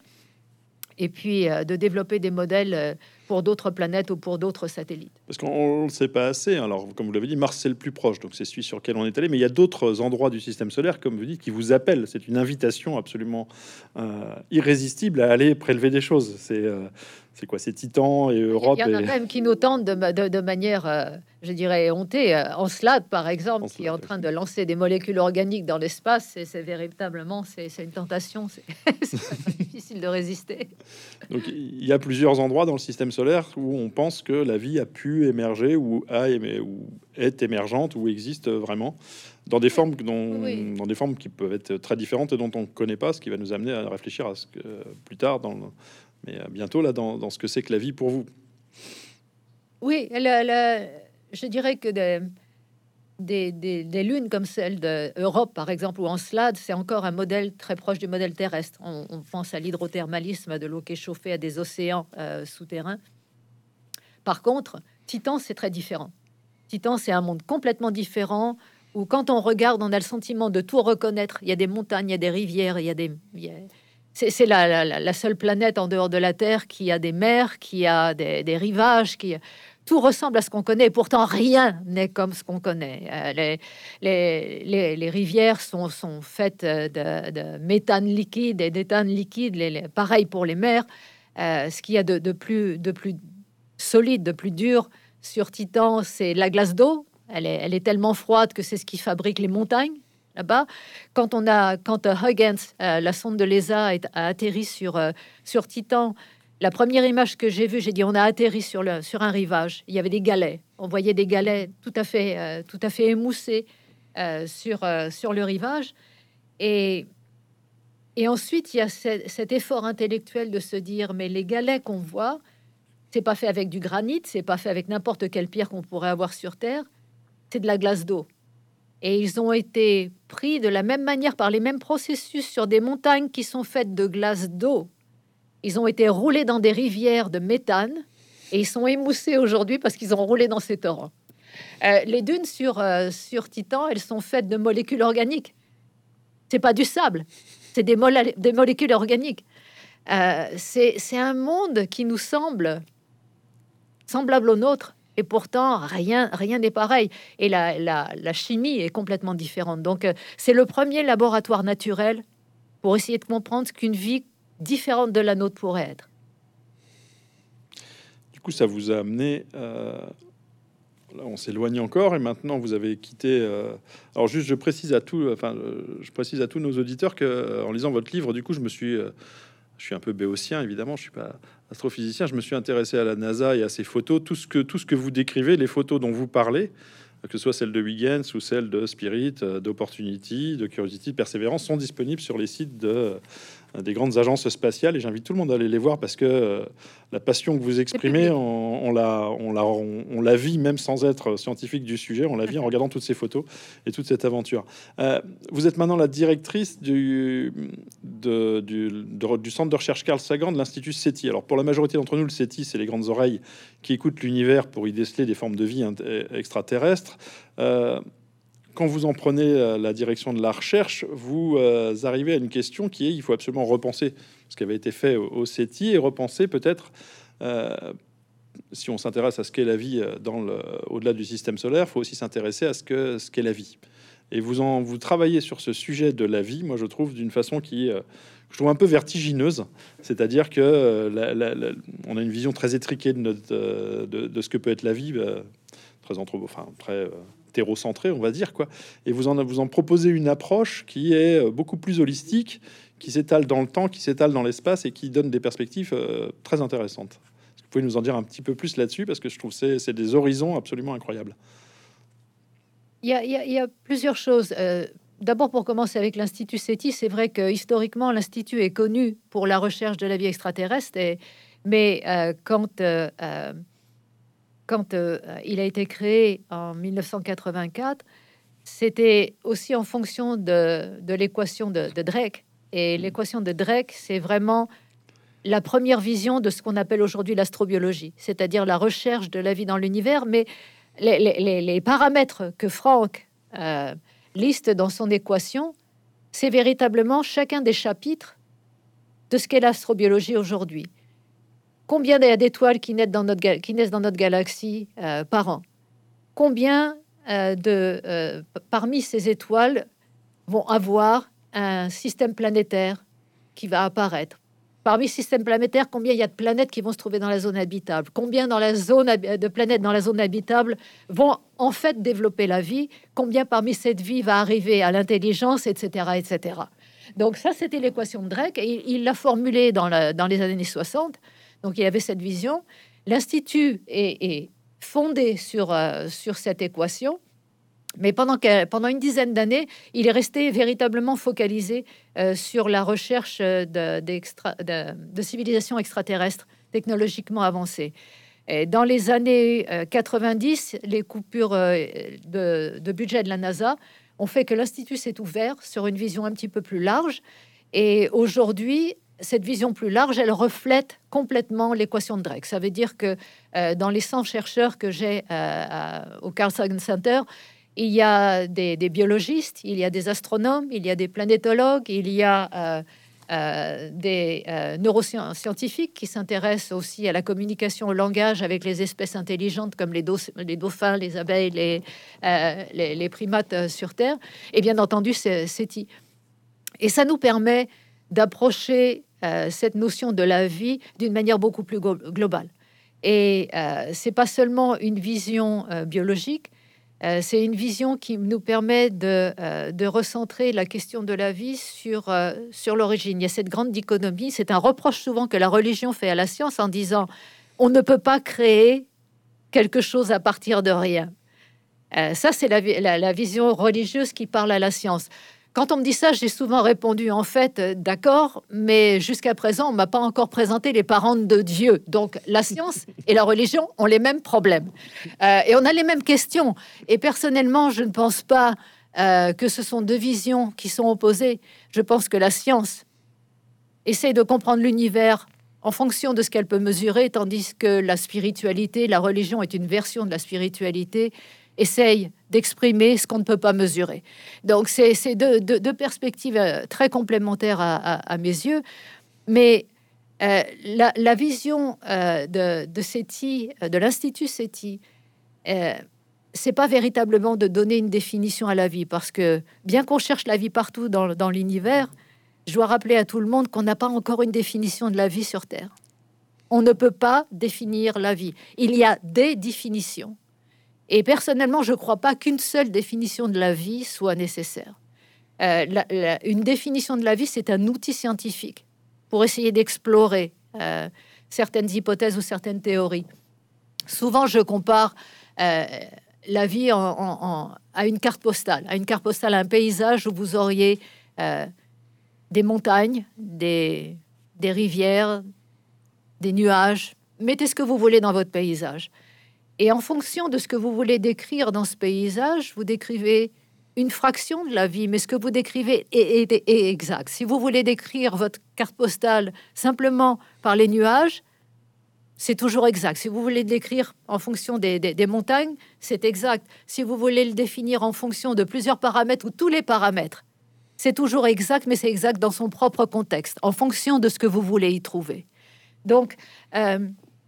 et puis euh, de développer des modèles euh, pour d'autres planètes ou pour d'autres satellites. Parce qu'on ne le sait pas assez. Alors, comme vous l'avez dit, Mars, c'est le plus proche, donc c'est celui sur lequel on est allé. Mais il y a d'autres endroits du système solaire, comme vous dites, qui vous appellent. C'est une invitation absolument euh, irrésistible à aller prélever des choses. C'est euh, c'est quoi? C'est Titan et Europe. Il y en a et... même qui nous tentent de, ma- de, de manière, euh, je dirais, hontée. Euh, Encelade, par exemple, Encelade, qui est en train de lancer des molécules organiques dans l'espace, c'est c'est véritablement, c'est c'est une tentation. C'est c'est très, très difficile de résister. Donc, il y a plusieurs endroits dans le système solaire où on pense que la vie a pu émerger ou, a émer- ou est émergente ou existe vraiment dans des formes dont, Oui. dans des formes qui peuvent être très différentes et dont on ne connaît pas, ce qui va nous amener à réfléchir à ce que plus tard, dans le- mais euh, bientôt là, dans, dans ce que c'est que la vie pour vous. Oui, le- le- je dirais que des, des, des- des lunes comme celle de Europe, par exemple, ou Encelade, c'est encore un modèle très proche du modèle terrestre. On, on pense à l'hydrothermalisme de l'eau qui est chauffée à des océans euh, souterrains. Par contre, Titan, c'est très différent. Titan, c'est un monde complètement différent où, quand on regarde, on a le sentiment de tout reconnaître. Il y a des montagnes, il y a des rivières, il y a des. il y a- C'est c'est la, la- la- la seule planète en dehors de la Terre qui a des mers, qui a des, des rivages, qui tout ressemble à ce qu'on connaît. Et pourtant, rien n'est comme ce qu'on connaît. Euh, les, les, les- les rivières sont, sont faites euh, de, de méthane liquide et d'éthane liquide. Les, les- pareil pour les mers. Euh, ce qu'il y a de, de plus, de plus solide, de plus dur sur Titan, c'est la glace d'eau. Elle est, elle est tellement froide que c'est ce qui fabrique les montagnes là-bas. Quand on a, quand euh, Huygens, euh, la sonde de l'E S A, est- a atterri sur euh, sur Titan, la première image que j'ai vue, j'ai dit on a atterri sur le sur un rivage. Il y avait des galets. On voyait des galets tout à fait euh, tout à fait émoussés euh, sur euh, sur le rivage. Et et ensuite il y a ce- cet effort intellectuel de se dire mais les galets qu'on voit, c'est pas fait avec du granit, c'est pas fait avec n'importe quelle pierre qu'on pourrait avoir sur Terre, c'est de la glace d'eau. Et ils ont été pris de la même manière par les mêmes processus sur des montagnes qui sont faites de glace d'eau. Ils ont été roulés dans des rivières de méthane et ils sont émoussés aujourd'hui parce qu'ils ont roulé dans ces torrents. Euh, les dunes sur, euh, sur Titan, elles sont faites de molécules organiques. C'est pas du sable, c'est des, mola- des molécules organiques. Euh, c'est c'est un monde qui nous semble semblable au nôtre, et pourtant rien rien n'est pareil. Et la, la, la chimie est complètement différente. Donc euh, c'est le premier laboratoire naturel pour essayer de comprendre ce qu'une vie différente de la nôtre pourrait être. Du coup, ça vous a amené. Euh, là, on s'éloigne encore et maintenant vous avez quitté. Euh, alors juste, je précise à tout, enfin, euh, je précise à tous nos auditeurs que euh, en lisant votre livre, du coup, je me suis euh, je suis un peu béotien, évidemment, je suis pas astrophysicien. Je me suis intéressé à la NASA et à ses photos. Tout ce que, tout ce que vous décrivez, les photos dont vous parlez, que ce soit celles de Huygens ou celles de Spirit, euh, d'Opportunity, de Curiosity, de Perseverance, sont disponibles sur les sites de, des grandes agences spatiales. Et j'invite tout le monde à aller les voir parce que euh, la passion que vous exprimez, on, on, la, on, la, on, on la vit même sans être scientifique du sujet. On la vit en regardant toutes ces photos et toute cette aventure. Euh, vous êtes maintenant la directrice du, de, du, de, du centre de recherche Carl Sagan de l'Institut SETI. Alors pour la majorité d'entre nous, le SETI, c'est les grandes oreilles qui écoutent l'univers pour y déceler des formes de vie extraterrestres. Euh, Quand vous en prenez la direction de la recherche, vous euh, arrivez à une question qui est: il faut absolument repenser ce qui avait été fait au, au SETI et repenser peut-être, euh, si on s'intéresse à ce qu'est la vie dans le, au-delà du système solaire, il faut aussi s'intéresser à ce que ce qu'est la vie. Et vous en vous travaillez sur ce sujet de la vie, moi je trouve d'une façon qui euh, je trouve un peu vertigineuse, c'est-à-dire que euh, la, la, la, on a une vision très étriquée de notre euh, de, de ce que peut être la vie, euh, très entre, enfin très euh, hétérocentré, on va dire, quoi. Et vous en, vous en proposez une approche qui est beaucoup plus holistique, qui s'étale dans le temps, qui s'étale dans l'espace et qui donne des perspectives euh, très intéressantes. Est-ce que vous pouvez nous en dire un petit peu plus là-dessus? Parce que je trouve que c'est, c'est des horizons absolument incroyables. Il y a, il y a, il y a plusieurs choses. Euh, d'abord, pour commencer avec l'Institut SETI, c'est vrai que historiquement, l'Institut est connu pour la recherche de la vie extraterrestre, et, mais euh, quand... Euh, euh, Quand euh, il a été créé en mille neuf cent quatre-vingt-quatre, c'était aussi en fonction de, de l'équation de, de Drake. Et l'équation de Drake, c'est vraiment la première vision de ce qu'on appelle aujourd'hui l'astrobiologie, c'est-à-dire la recherche de la vie dans l'univers. Mais les, les, les paramètres que Frank euh, liste dans son équation, c'est véritablement chacun des chapitres de ce qu'est l'astrobiologie aujourd'hui. Combien il y a d'étoiles qui naissent dans notre, ga- qui naissent dans notre galaxie euh, par an? Combien euh, de, euh, parmi ces étoiles vont avoir un système planétaire qui va apparaître? Parmi ces systèmes planétaires, combien il y a de planètes qui vont se trouver dans la zone habitable? Combien dans la zone hab- de planètes dans la zone habitable vont en fait développer la vie? Combien parmi cette vie va arriver à l'intelligence, et cetera, et cetera. Donc ça, c'était l'équation de Drake, et il, il l'a formulée dans, la, dans les années soixante. Donc, il avait cette vision. L'Institut est, est fondé sur, euh, sur cette équation, mais pendant, que, pendant une dizaine d'années, il est resté véritablement focalisé euh, sur la recherche de, d'extra, de, de civilisations extraterrestres technologiquement avancées. Et dans les années euh, quatre-vingt-dix, les coupures euh, de, de budget de la NASA ont fait que l'Institut s'est ouvert sur une vision un petit peu plus large. Et aujourd'hui, cette vision plus large, elle reflète complètement l'équation de Drake. Ça veut dire que euh, dans les cent chercheurs que j'ai euh, à, au Carl Sagan Center, il y a des, des biologistes, il y a des astronomes, il y a des planétologues, il y a euh, euh, des euh, neuroscientifiques qui s'intéressent aussi à la communication, au langage avec les espèces intelligentes comme les, dos- les dauphins, les abeilles, les, euh, les, les primates euh, sur Terre, et bien entendu SETI. Et ça nous permet d'approcher euh, cette notion de la vie d'une manière beaucoup plus go- globale. Et euh, c'est pas seulement une vision euh, biologique, euh, c'est une vision qui nous permet de, euh, de recentrer la question de la vie sur, euh, sur l'origine. Il y a cette grande dichotomie, c'est un reproche souvent que la religion fait à la science en disant on ne peut pas créer quelque chose à partir de rien. Euh, ça, c'est la, la, la vision religieuse qui parle à la science. Quand on me dit ça, j'ai souvent répondu, en fait, euh, d'accord, mais jusqu'à présent, on m'a pas encore présenté les parents de Dieu. Donc, la science et la religion ont les mêmes problèmes. Euh, et on a les mêmes questions. Et personnellement, je ne pense pas euh, que ce sont deux visions qui sont opposées. Je pense que la science essaie de comprendre l'univers en fonction de ce qu'elle peut mesurer, tandis que la spiritualité, la religion est une version de la spiritualité, essaye d'exprimer ce qu'on ne peut pas mesurer. Donc, c'est, c'est deux, deux, deux perspectives très complémentaires à, à, à mes yeux. Mais euh, la, la vision euh, de, de SETI, de l'Institut SETI, euh, c'est pas véritablement de donner une définition à la vie, parce que bien qu'on cherche la vie partout dans, dans l'univers, je dois rappeler à tout le monde qu'on n'a pas encore une définition de la vie sur Terre. On ne peut pas définir la vie. Il y a des définitions. Et personnellement, je ne crois pas qu'une seule définition de la vie soit nécessaire. Euh, la, la, une définition de la vie, c'est un outil scientifique pour essayer d'explorer euh, certaines hypothèses ou certaines théories. Souvent, je compare euh, la vie en, en, en, à une carte postale, à une carte postale, à un paysage où vous auriez euh, des montagnes, des, des rivières, des nuages. Mettez ce que vous voulez dans votre paysage. Et en fonction de ce que vous voulez décrire dans ce paysage, vous décrivez une fraction de la vie, mais ce que vous décrivez est, est, est exact. Si vous voulez décrire votre carte postale simplement par les nuages, c'est toujours exact. Si vous voulez le décrire en fonction des, des, des montagnes, c'est exact. Si vous voulez le définir en fonction de plusieurs paramètres ou tous les paramètres, c'est toujours exact, mais c'est exact dans son propre contexte, en fonction de ce que vous voulez y trouver. Donc, euh,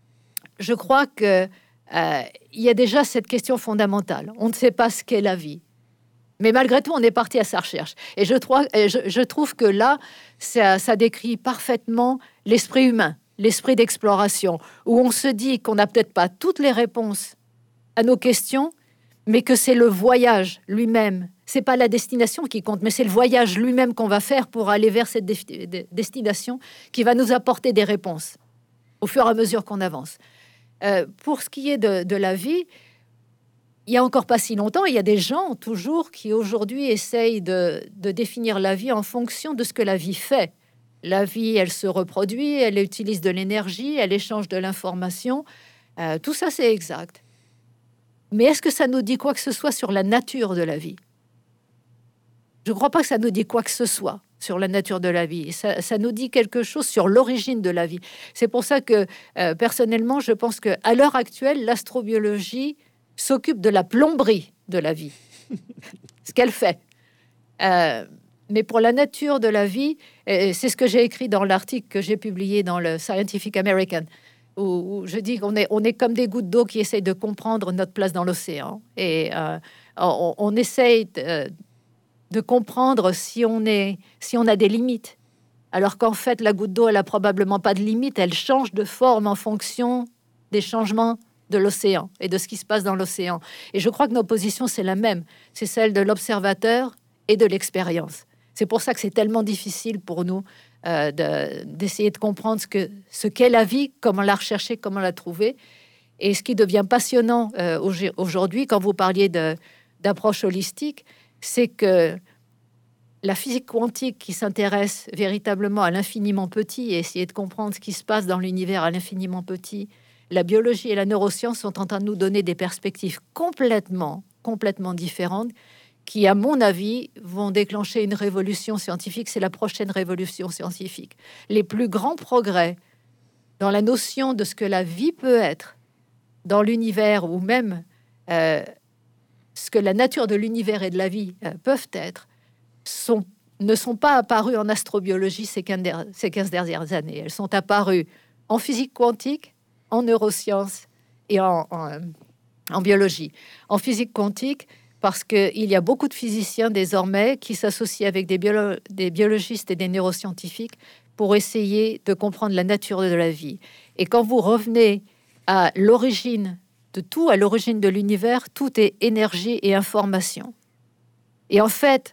je crois que euh, il y a déjà cette question fondamentale. On ne sait pas ce qu'est la vie. Mais malgré tout, on est parti à sa recherche. Et je, trouve, je, je trouve que là, ça, ça décrit parfaitement l'esprit humain, l'esprit d'exploration, où on se dit qu'on n'a peut-être pas toutes les réponses à nos questions, mais que c'est le voyage lui-même. C'est pas la destination qui compte, mais c'est le voyage lui-même qu'on va faire pour aller vers cette de- destination qui va nous apporter des réponses au fur et à mesure qu'on avance. Euh, pour ce qui est de, de la vie, il y a encore pas si longtemps, il y a des gens toujours qui aujourd'hui essayent de, de définir la vie en fonction de ce que la vie fait. La vie, elle se reproduit, elle utilise de l'énergie, elle échange de l'information. Euh, tout ça, c'est exact. Mais est-ce que ça nous dit quoi que ce soit sur la nature de la vie? Je ne crois pas que ça nous dit quoi que ce soit sur la nature de la vie. Ça, ça nous dit quelque chose sur l'origine de la vie. C'est pour ça que, euh, personnellement, je pense qu'à l'heure actuelle, l'astrobiologie s'occupe de la plomberie de la vie, ce qu'elle fait. Euh, mais pour la nature de la vie, et c'est ce que j'ai écrit dans l'article que j'ai publié dans le Scientific American, où, où je dis qu'on est, on est comme des gouttes d'eau qui essayent de comprendre notre place dans l'océan. Et euh, on, on essaye de, de comprendre si on, est, si on a des limites. Alors qu'en fait, la goutte d'eau, elle a probablement pas de limite. Elle change de forme en fonction des changements de l'océan et de ce qui se passe dans l'océan. Et je crois que nos positions, c'est la même. C'est celle de l'observateur et de l'expérience. C'est pour ça que c'est tellement difficile pour nous euh, de, d'essayer de comprendre ce, que, ce qu'est la vie, comment la rechercher, comment la trouver. Et ce qui devient passionnant euh, aujourd'hui, quand vous parliez de, d'approche holistique, c'est que la physique quantique qui s'intéresse véritablement à l'infiniment petit et essayer de comprendre ce qui se passe dans l'univers à l'infiniment petit, la biologie et la neuroscience sont en train de nous donner des perspectives complètement, complètement différentes qui, à mon avis, vont déclencher une révolution scientifique. C'est la prochaine révolution scientifique. Les plus grands progrès dans la notion de ce que la vie peut être dans l'univers ou même euh, ce que la nature de l'univers et de la vie euh, peuvent être sont, ne sont pas apparus en astrobiologie ces quinze, ces quinze dernières années. Elles sont apparues en physique quantique, en neurosciences et en, en, en biologie. En physique quantique, parce qu'il y a beaucoup de physiciens désormais qui s'associent avec des, biolo- des biologistes et des neuroscientifiques pour essayer de comprendre la nature de la vie. Et quand vous revenez à l'origine de tout, à l'origine de l'univers, tout est énergie et information. Et en fait,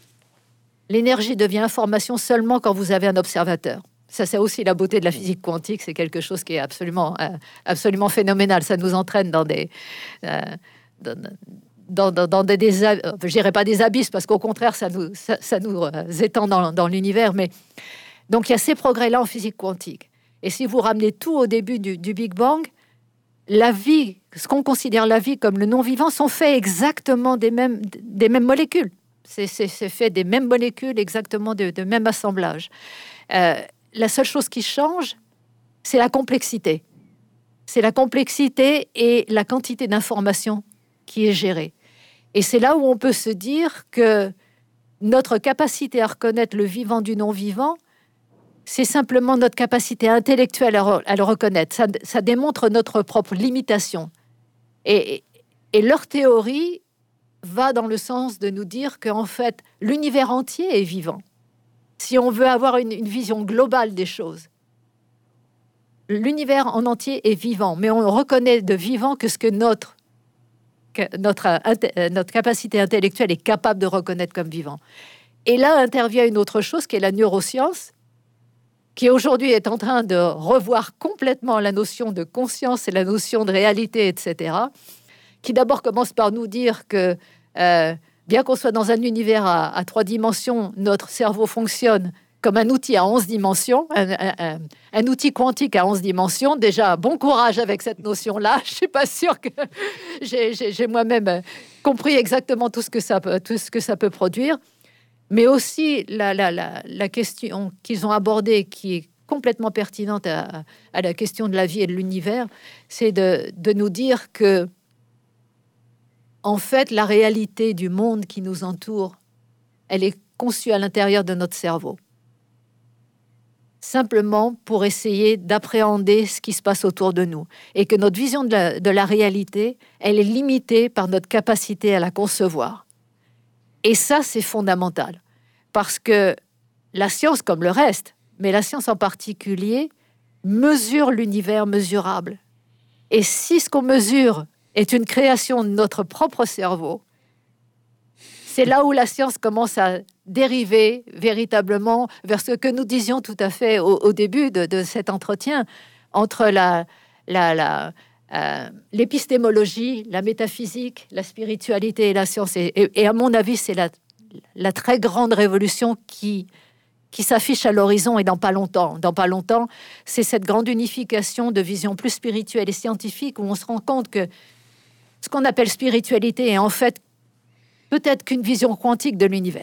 l'énergie devient information seulement quand vous avez un observateur. Ça, c'est aussi la beauté de la physique quantique. C'est quelque chose qui est absolument, euh, absolument phénoménal. Ça nous entraîne dans des, euh, dans, dans, dans, dans des, des je dirais pas des abysses, parce qu'au contraire, ça nous, ça, ça nous euh, étend dans, dans l'univers. Mais donc, il y a ces progrès-là en physique quantique. Et si vous ramenez tout au début du, du Big Bang, la vie, ce qu'on considère la vie comme le non-vivant, sont faits exactement des mêmes, des mêmes molécules. C'est, c'est, c'est fait des mêmes molécules, exactement de, de même assemblage. Euh, La seule chose qui change, c'est la complexité. C'est la complexité et la quantité d'informations qui est gérée. Et c'est là où on peut se dire que notre capacité à reconnaître le vivant du non-vivant, c'est simplement notre capacité intellectuelle à, re- à le reconnaître. Ça, ça démontre notre propre limitation. Et, et leur théorie va dans le sens de nous dire qu'en fait, l'univers entier est vivant. Si on veut avoir une, une vision globale des choses, l'univers en entier est vivant, mais on reconnaît de vivant que ce que notre, que notre, notre capacité intellectuelle est capable de reconnaître comme vivant. Et là intervient une autre chose qui est la neuroscience, qui aujourd'hui est en train de revoir complètement la notion de conscience et la notion de réalité, et cetera, qui d'abord commence par nous dire que euh, bien qu'on soit dans un univers à, à trois dimensions, notre cerveau fonctionne comme un outil à onze dimensions, un, un, un, un outil quantique à onze dimensions. Déjà, bon courage avec cette notion-là. Je suis pas sûre que j'ai, j'ai, j'ai moi-même compris exactement tout ce que ça peut, tout ce que ça peut produire. Mais aussi la, la, la, la question qu'ils ont abordée, qui est complètement pertinente à, à la question de la vie et de l'univers, c'est de, de nous dire que, en fait, la réalité du monde qui nous entoure, elle est conçue à l'intérieur de notre cerveau. Simplement pour essayer d'appréhender ce qui se passe autour de nous. Et que notre vision de la, de la réalité, elle est limitée par notre capacité à la concevoir. Et ça, c'est fondamental. Parce que la science, comme le reste, mais la science en particulier, mesure l'univers mesurable. Et si ce qu'on mesure est une création de notre propre cerveau, c'est là où la science commence à dériver véritablement vers ce que nous disions tout à fait au, au début de, de cet entretien, entre la, la, la, euh, l'épistémologie, la métaphysique, la spiritualité et la science. Et, et, et à mon avis, c'est la, la très grande révolution qui, qui s'affiche à l'horizon et dans pas longtemps. Dans pas longtemps, c'est cette grande unification de visions plus spirituelles et scientifiques où on se rend compte que ce qu'on appelle spiritualité est en fait peut-être qu'une vision quantique de l'univers.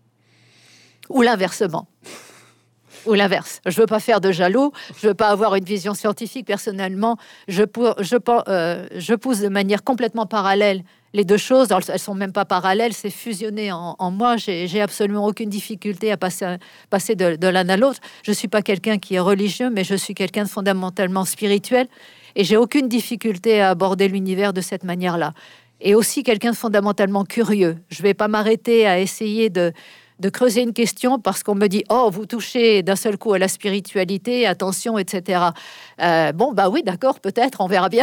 Ou l'inversement. Ou l'inverse. Je veux pas faire de jaloux, je veux pas avoir une vision scientifique. Personnellement, je, pour, je, euh, je pousse de manière complètement parallèle les deux choses. Alors, elles sont même pas parallèles, c'est fusionné en, en moi. J'ai, j'ai absolument aucune difficulté à passer, passer de, de l'un à l'autre. Je suis pas quelqu'un qui est religieux, mais je suis quelqu'un de fondamentalement spirituel. Et j'ai aucune difficulté à aborder l'univers de cette manière-là. Et aussi quelqu'un de fondamentalement curieux. Je vais pas m'arrêter à essayer de, de creuser une question parce qu'on me dit « Oh, vous touchez d'un seul coup à la spiritualité, attention, et cetera » euh, Bon, bah oui, d'accord, peut-être, on verra bien.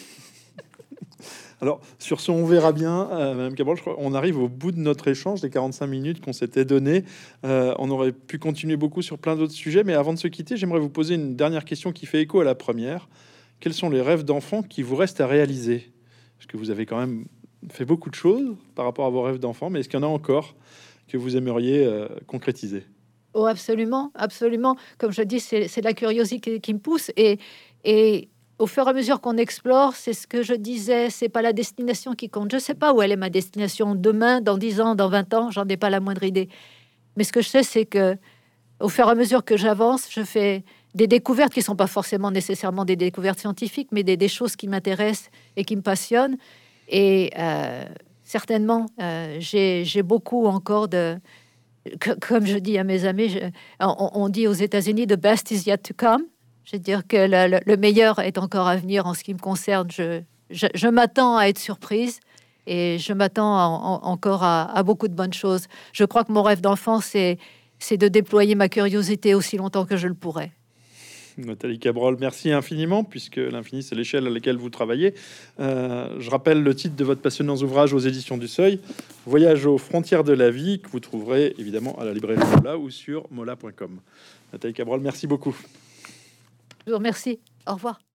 Alors, sur ce « on verra bien euh, », Madame Cabral, je crois on arrive au bout de notre échange, des quarante-cinq minutes qu'on s'était donné. Euh, on aurait pu continuer beaucoup sur plein d'autres sujets, mais avant de se quitter, j'aimerais vous poser une dernière question qui fait écho à la première. Quels sont les rêves d'enfant qui vous restent à réaliser ? Parce que vous avez quand même fait beaucoup de choses par rapport à vos rêves d'enfant, mais est-ce qu'il y en a encore que vous aimeriez euh, concrétiser ? Oh, absolument, absolument. Comme je dis, c'est, c'est la curiosité qui me pousse. Et, et au fur et à mesure qu'on explore, c'est ce que je disais, c'est pas la destination qui compte. Je sais pas où elle est ma destination demain, dans dix ans, dans vingt ans, j'en ai pas la moindre idée. Mais ce que je sais, c'est que au fur et à mesure que j'avance, je fais des découvertes qui ne sont pas forcément nécessairement des découvertes scientifiques, mais des, des choses qui m'intéressent et qui me passionnent. Et euh, certainement, euh, j'ai, j'ai beaucoup encore de... Que, comme je dis à mes amis, je, on, on dit aux États-Unis « the best is yet to come ». Je veux dire que le, le, le meilleur est encore à venir en ce qui me concerne. Je, je, je m'attends à être surprise et je m'attends à, en, encore à, à beaucoup de bonnes choses. Je crois que mon rêve d'enfant, c'est, c'est de déployer ma curiosité aussi longtemps que je le pourrai. Nathalie Cabrol, merci infiniment, puisque l'infini, c'est l'échelle à laquelle vous travaillez. Euh, je rappelle le titre de votre passionnant ouvrage aux éditions du Seuil, Voyage aux frontières de la vie, que vous trouverez évidemment à la librairie Mola ou sur mola point com. Nathalie Cabrol, merci beaucoup. Je vous remercie. Au revoir.